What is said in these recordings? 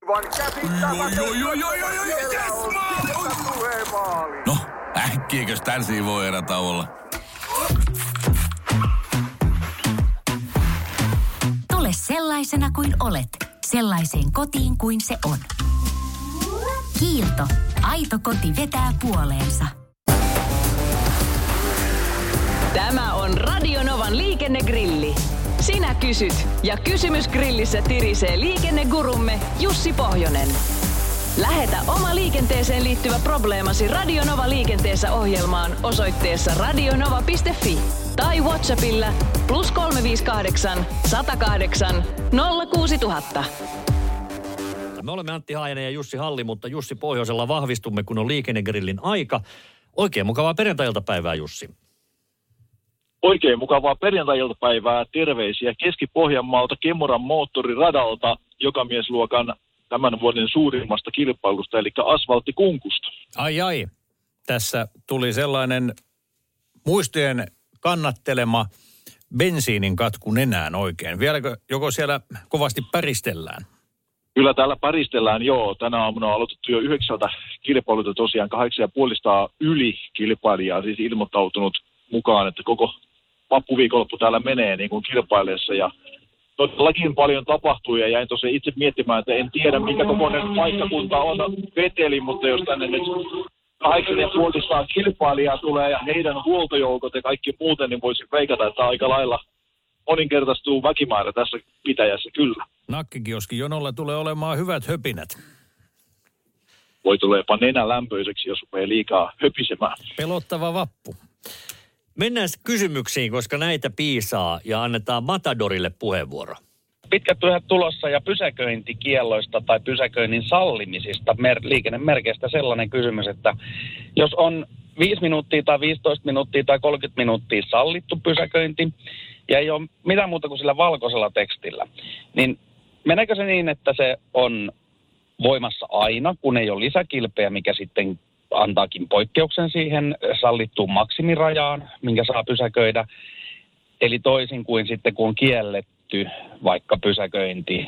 Aivan käsittämätöntä. No, äkkiäkös tän voi erätä olla? Tule sellaisena kuin olet, sellaiseen kotiin kuin se on. Kiilto. Aito koti vetää puoleensa. Tämä on Radio Novan liikennegrilli. Sinä kysyt ja kysymys grillissä tirisee liikennegurumme Jussi Pohjonen. Lähetä oma liikenteeseen liittyvä probleemasi Radio Nova liikenteessä ohjelmaan osoitteessa radionova.fi tai WhatsAppilla +358 108 06000. Me olemme Antti Haajanen ja Jussi Halli, mutta Jussi Pohjoisella vahvistumme, kun on liikennegrillin aika. Oikein mukavaa perjantai-iltapäivää, Jussi. Oikein mukavaa perjantai-iltapäivää. Terveisiä Keski-Pohjanmaalta Kemuran moottoriradalta jokamiesluokan tämän vuoden suurimmasta kilpailusta, eli asfalttikunkusta. Ai. Tässä tuli sellainen muistojen kannattelema bensiinin katku nenään oikein. Vieläkö joko siellä kovasti päristellään? Kyllä täällä päristellään, joo. Tänä aamuna on aloitettu jo 9 kilpailulta tosiaan 850 yli kilpailijaa, siis ilmoittautunut mukaan, että koko vappuviikonloppu täällä menee niin kuin kilpaileessa ja todellakin paljon tapahtuu ja jäin tosiaan itse miettimään, että en tiedä mikä kokoinen paikkakunta on Veteli, mutta jos tänne nyt 850 kilpailijaa tulee ja heidän huoltojoukot ja kaikki muuten, niin voisin veikata, että aika lailla moninkertaistuu väkimäärä tässä pitäjässä kyllä. Nakkikioski jonolla tulee olemaan hyvät höpinät. Voi tulla jopa nenä lämpöiseksi, jos rupeaa liikaa höpisemään. Pelottava vappu. Mennään kysymyksiin, koska näitä piisaa ja annetaan Matadorille puheenvuoro. Pitkät pyhät tulossa ja pysäköintikielloista tai pysäköinnin sallimisista liikennemerkeistä sellainen kysymys, että jos on 5 minuuttia tai 15 minuuttia tai 30 minuuttia sallittu pysäköinti ja ei ole mitään muuta kuin sillä valkoisella tekstillä, niin meneekö se niin, että se on voimassa aina, kun ei ole lisäkilpeä, mikä sitten antaakin poikkeuksen siihen sallittuun maksimirajaan, minkä saa pysäköidä. Eli toisin kuin sitten, kun on kielletty vaikka pysäköinti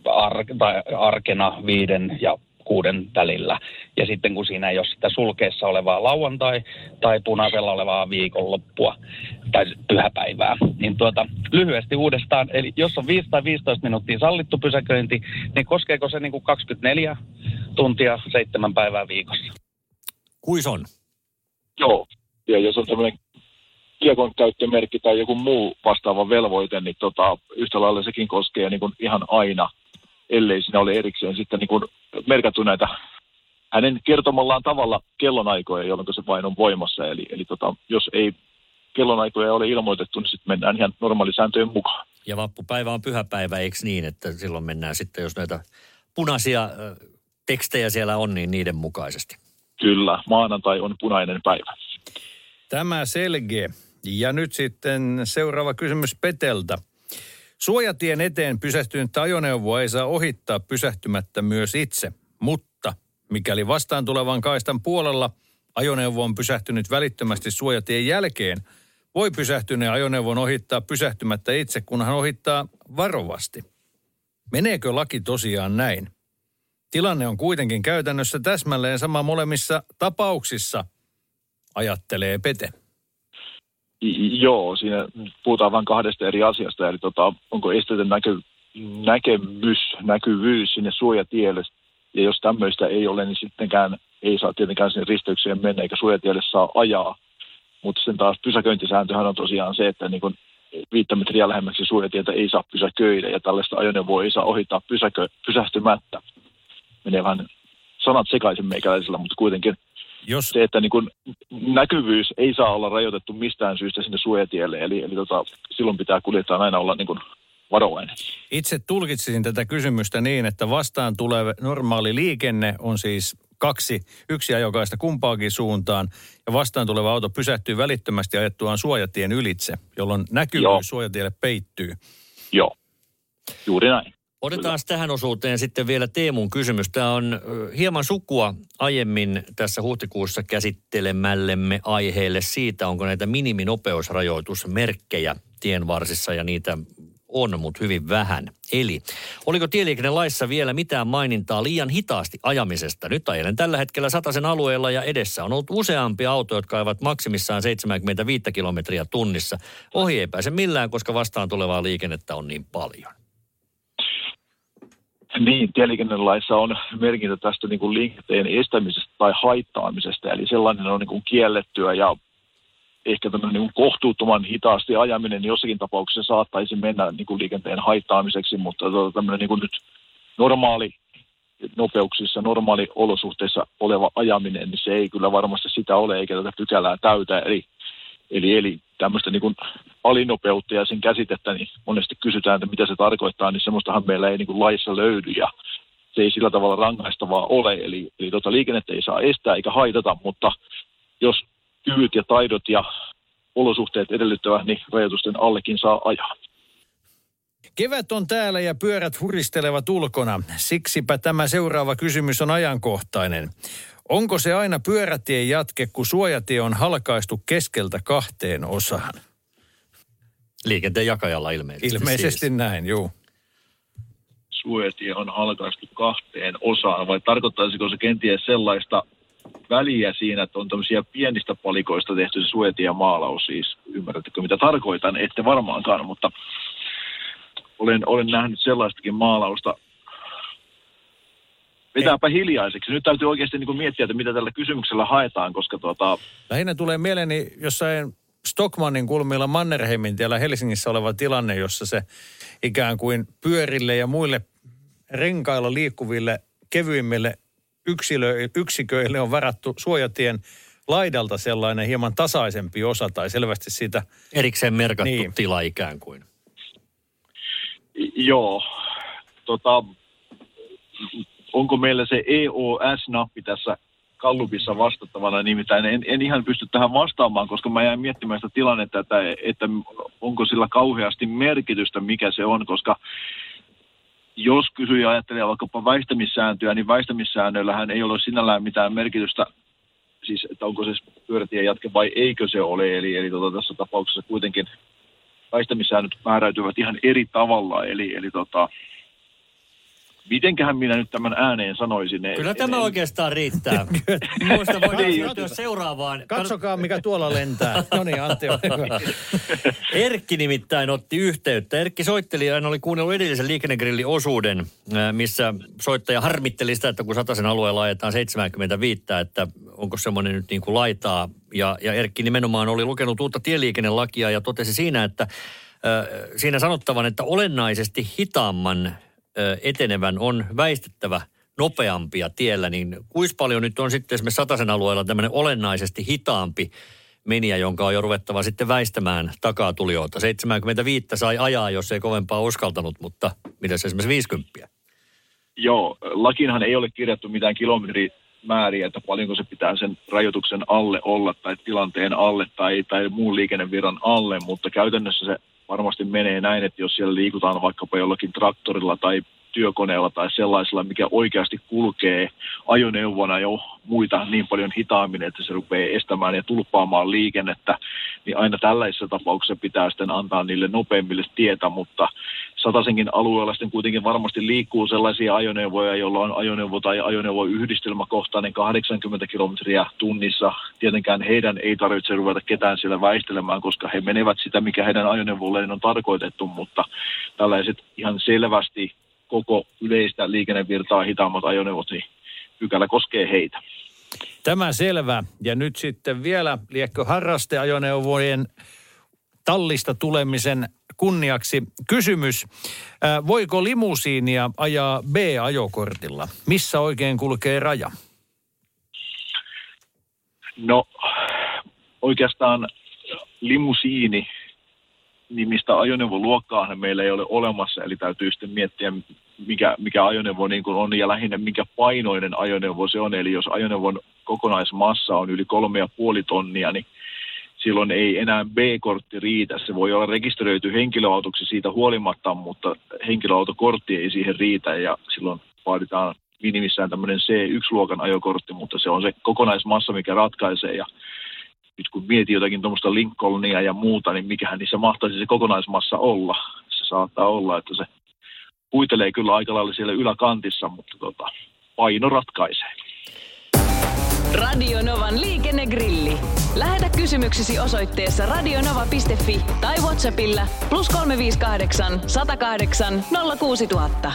arkena 5 ja 6 välillä. Ja sitten kun siinä ei ole sitä sulkeessa olevaa lauantai tai punaisella olevaa viikonloppua tai pyhäpäivää. Niin lyhyesti uudestaan, eli jos on 5 tai 15 minuuttia sallittu pysäköinti, niin koskeeko se niin kuin 24 tuntia 7 päivää viikossa? Kuis on? Joo, ja jos on tämmöinen kiekon käyttömerkki tai joku muu vastaava velvoite, niin yhtä lailla sekin koskee niin kuin ihan aina, ellei siinä ole erikseen sitten niin kuin merkattu näitä hänen kertomallaan tavalla kellonaikoja, jolloin se vain on voimassa. Eli jos ei kellonaikoja ole ilmoitettu, niin sitten mennään ihan normaalisääntöjen mukaan. Ja vappupäivä on pyhäpäivä, eikö niin, että silloin mennään sitten, jos näitä punaisia tekstejä siellä on, niin niiden mukaisesti. Kyllä, maanantai on punainen päivä. Tämä selkeä. Ja nyt sitten seuraava kysymys Peteltä. Suojatien eteen pysähtynyttä ajoneuvoa ei saa ohittaa pysähtymättä myös itse, mutta mikäli vastaan tulevan kaistan puolella ajoneuvo on pysähtynyt välittömästi suojatien jälkeen, voi pysähtyneen ajoneuvon ohittaa pysähtymättä itse, kun hän ohittaa varovasti. Meneekö laki tosiaan näin? Tilanne on kuitenkin käytännössä täsmälleen sama molemmissa tapauksissa, ajattelee Pete. Joo, siinä puhutaan vain 2 eri asiasta, eli onko esteetön näkyvyys sinne suojatielle, ja jos tämmöistä ei ole, niin sittenkään ei saa tietenkään sinne risteykseen mennä, eikä suojatielle saa ajaa. Mutta sen taas pysäköintisääntöhän on tosiaan se, että niin kun 5 metriä lähemmäksi suojatietä ei saa pysäköidä, ja tällaista ajoneuvoa ei saa ohittaa pysähtymättä. Menee vähän sanat sekaisin meikäläisellä, mutta kuitenkin se, että niin kun näkyvyys ei saa olla rajoitettu mistään syystä sinne suojatielle, eli silloin pitää kuljettajan aina olla niin kun varovainen. Itse tulkitsisin tätä kysymystä niin, että vastaan tuleva normaali liikenne on siis 1 ajokaista kumpaakin suuntaan, ja vastaan tuleva auto pysähtyy välittömästi ajettuaan suojatien ylitse, jolloin näkyvyys suojatielle peittyy. Joo, juuri näin. Otetaan tähän osuuteen sitten vielä Teemun kysymys. Tämä on hieman sukua aiemmin tässä huhtikuussa käsittelemällemme aiheelle siitä, onko näitä miniminopeusrajoitusmerkkejä tienvarsissa ja niitä on, mutta hyvin vähän. Eli oliko tieliikennelaissa vielä mitään mainintaa liian hitaasti ajamisesta? Nyt ajelen tällä hetkellä Satasen alueella ja edessä on ollut useampia autoja, jotka ajavat maksimissaan 75 kilometriä tunnissa. Ohi ei pääse millään, koska vastaan tulevaa liikennettä on niin paljon. Niin, tieliikennelaissa on merkintä tästä niin kuin liikenteen estämisestä tai haittaamisesta, eli sellainen on niin kuin kiellettyä ja ehkä tämmöinen niin kuin kohtuuttoman hitaasti ajaminen jossakin tapauksessa saattaisi mennä niin kuin liikenteen haittaamiseksi, mutta tämmöinen niin kuin nyt normaali nopeuksissa, normaali olosuhteissa oleva ajaminen, niin se ei kyllä varmasti sitä ole eikä tätä pykälää täytä, eli tämmöistä niin kuin alinopeutta ja sen käsitettä, niin monesti kysytään, että mitä se tarkoittaa, niin semmoistahan meillä ei niin kuin laissa löydy ja se ei sillä tavalla rangaistavaa ole, eli liikennettä ei saa estää eikä haitata, mutta jos kyvyt ja taidot ja olosuhteet edellyttävät, niin rajoitusten allekin saa ajaa. Kevät on täällä ja pyörät huristelevat ulkona. Siksipä tämä seuraava kysymys on ajankohtainen. Onko se aina pyörätien jatke, kun suojatie on halkaistu keskeltä 2 osaan? Liikenteen jakajalla ilmeisesti. Ilmeisesti siis. Näin, juu. Suojatie on halkaistu 2 osaan, vai tarkoittaisiko se kenties sellaista väliä siinä, että on tämmöisiä pienistä palikoista tehty se suojatiemaalaus, siis ymmärrättekö mitä tarkoitan, ette varmaankaan, mutta olen nähnyt sellaistakin maalausta. Vetääpä hiljaiseksi. Nyt täytyy oikeasti niin kuin miettiä, että mitä tällä kysymyksellä haetaan, koska Lähinnä tulee mieleeni jossain Stockmannin kulmilla Mannerheimin tiellä Helsingissä oleva tilanne, jossa se ikään kuin pyörille ja muille renkailla liikkuville kevyimmille yksiköille on varattu suojatien laidalta sellainen hieman tasaisempi osa tai selvästi siitä erikseen merkattu tila ikään kuin. Joo. Onko meillä se EOS-nappi tässä Gallupissa vastattavana, nimittäin en ihan pysty tähän vastaamaan, koska mä jäin miettimään sitä tilannetta, että onko sillä kauheasti merkitystä, mikä se on, koska jos kysyjä ajattelee vaikkapa väistämissääntöjä, niin väistämissäännöillähän ei ole sinällään mitään merkitystä, siis että onko se pyörätien jatke vai eikö se ole, eli tässä tapauksessa kuitenkin väistämissäännöt määräytyvät ihan eri tavalla, eli mitenköhän minä nyt tämän ääneen sanoisin? Kyllä tämä oikeastaan riittää. Muista voidaan siirtyä seuraavaan. Katsokaa, mikä tuolla lentää. No niin, Antti, ole hyvä. Erkki nimittäin otti yhteyttä. Erkki soitteli ja hän oli kuunnellut edellisen liikennegrilliosuuden, missä soittaja harmitteli sitä, että kun Satasen alueella ajetaan 75, että onko semmoinen nyt niin kuin laitaa. Ja Erkki nimenomaan oli lukenut uutta tieliikennelakia ja totesi siinä, että siinä sanottavan, että olennaisesti hitaamman etenevän on väistettävä nopeampia tiellä, niin kuinka paljon nyt on sitten esimerkiksi Satasen alueella tämmöinen olennaisesti hitaampi meniä, jonka on jo ruvettava sitten väistämään takaa tulijoilta. 75 sai ajaa, jos ei kovempaa uskaltanut, mutta mitäs esimerkiksi 50? Joo, lakiinhan ei ole kirjattu mitään kilometrimääriä, että paljonko se pitää sen rajoituksen alle olla tai tilanteen alle tai muun liikennevirran alle, mutta käytännössä se varmasti menee näin, että jos siellä liikutaan vaikkapa jollakin traktorilla tai työkoneella tai sellaisella, mikä oikeasti kulkee ajoneuvona jo muita niin paljon hitaammin, että se rupeaa estämään ja tulppaamaan liikennettä, niin aina tällaisessa tapauksessa pitää sitten antaa niille nopeimmille tietä, mutta Satasenkin alueella sitten kuitenkin varmasti liikkuu sellaisia ajoneuvoja, joilla on ajoneuvo tai ajoneuvoyhdistelmäkohtainen 80 kilometriä tunnissa. Tietenkään heidän ei tarvitse ruveta ketään siellä väistelemään, koska he menevät sitä, mikä heidän ajoneuvolleen on tarkoitettu, mutta tällaiset ihan selvästi koko yleistä liikennevirtaa hitaammat ajoneuvot, niin pykälä koskee heitä. Tämä selvä. Ja nyt sitten vielä liekkö harrasteajoneuvojen tallista tulemisen kunniaksi kysymys. Voiko limusiinia ajaa B-ajokortilla? Missä oikein kulkee raja? No oikeastaan limusiini nimistä ajoneuvoluokkaahan meillä ei ole olemassa, eli täytyy sitten miettiä, mikä ajoneuvo niin kuin on ja lähinnä minkä painoinen ajoneuvo se on. Eli jos ajoneuvon kokonaismassa on yli 3,5 tonnia, niin silloin ei enää B-kortti riitä. Se voi olla rekisteröity henkilöautoksi siitä huolimatta, mutta henkilöautokortti ei siihen riitä ja silloin vaaditaan minimissään tämmöinen C1-luokan ajokortti, mutta se on se kokonaismassa, mikä ratkaisee ja nyt kun mietin jotakin tuommoista Lincolnia ja muuta, niin mikähän niissä mahtaisi se kokonaismassa olla. Se saattaa olla, että se huitelee kyllä aika lailla siellä yläkantissa, mutta paino ratkaisee. Radio Novan liikennegrilli. Lähetä kysymyksesi osoitteessa radionova.fi tai WhatsAppilla +358 108 06000.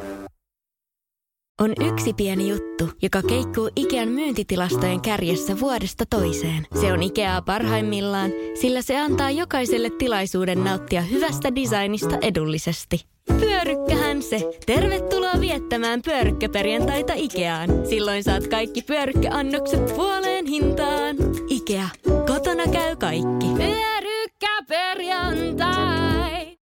On yksi pieni juttu, joka keikkuu Ikean myyntitilastojen kärjessä vuodesta toiseen. Se on Ikeaa parhaimmillaan, sillä se antaa jokaiselle tilaisuuden nauttia hyvästä designista edullisesti. Pyörykkähän se! Tervetuloa viettämään pyörykkäperjantaita Ikeaan. Silloin saat kaikki pyörykkäannokset puoleen hintaan. Ikea. Kotona käy kaikki. Pyörykkäperjantai!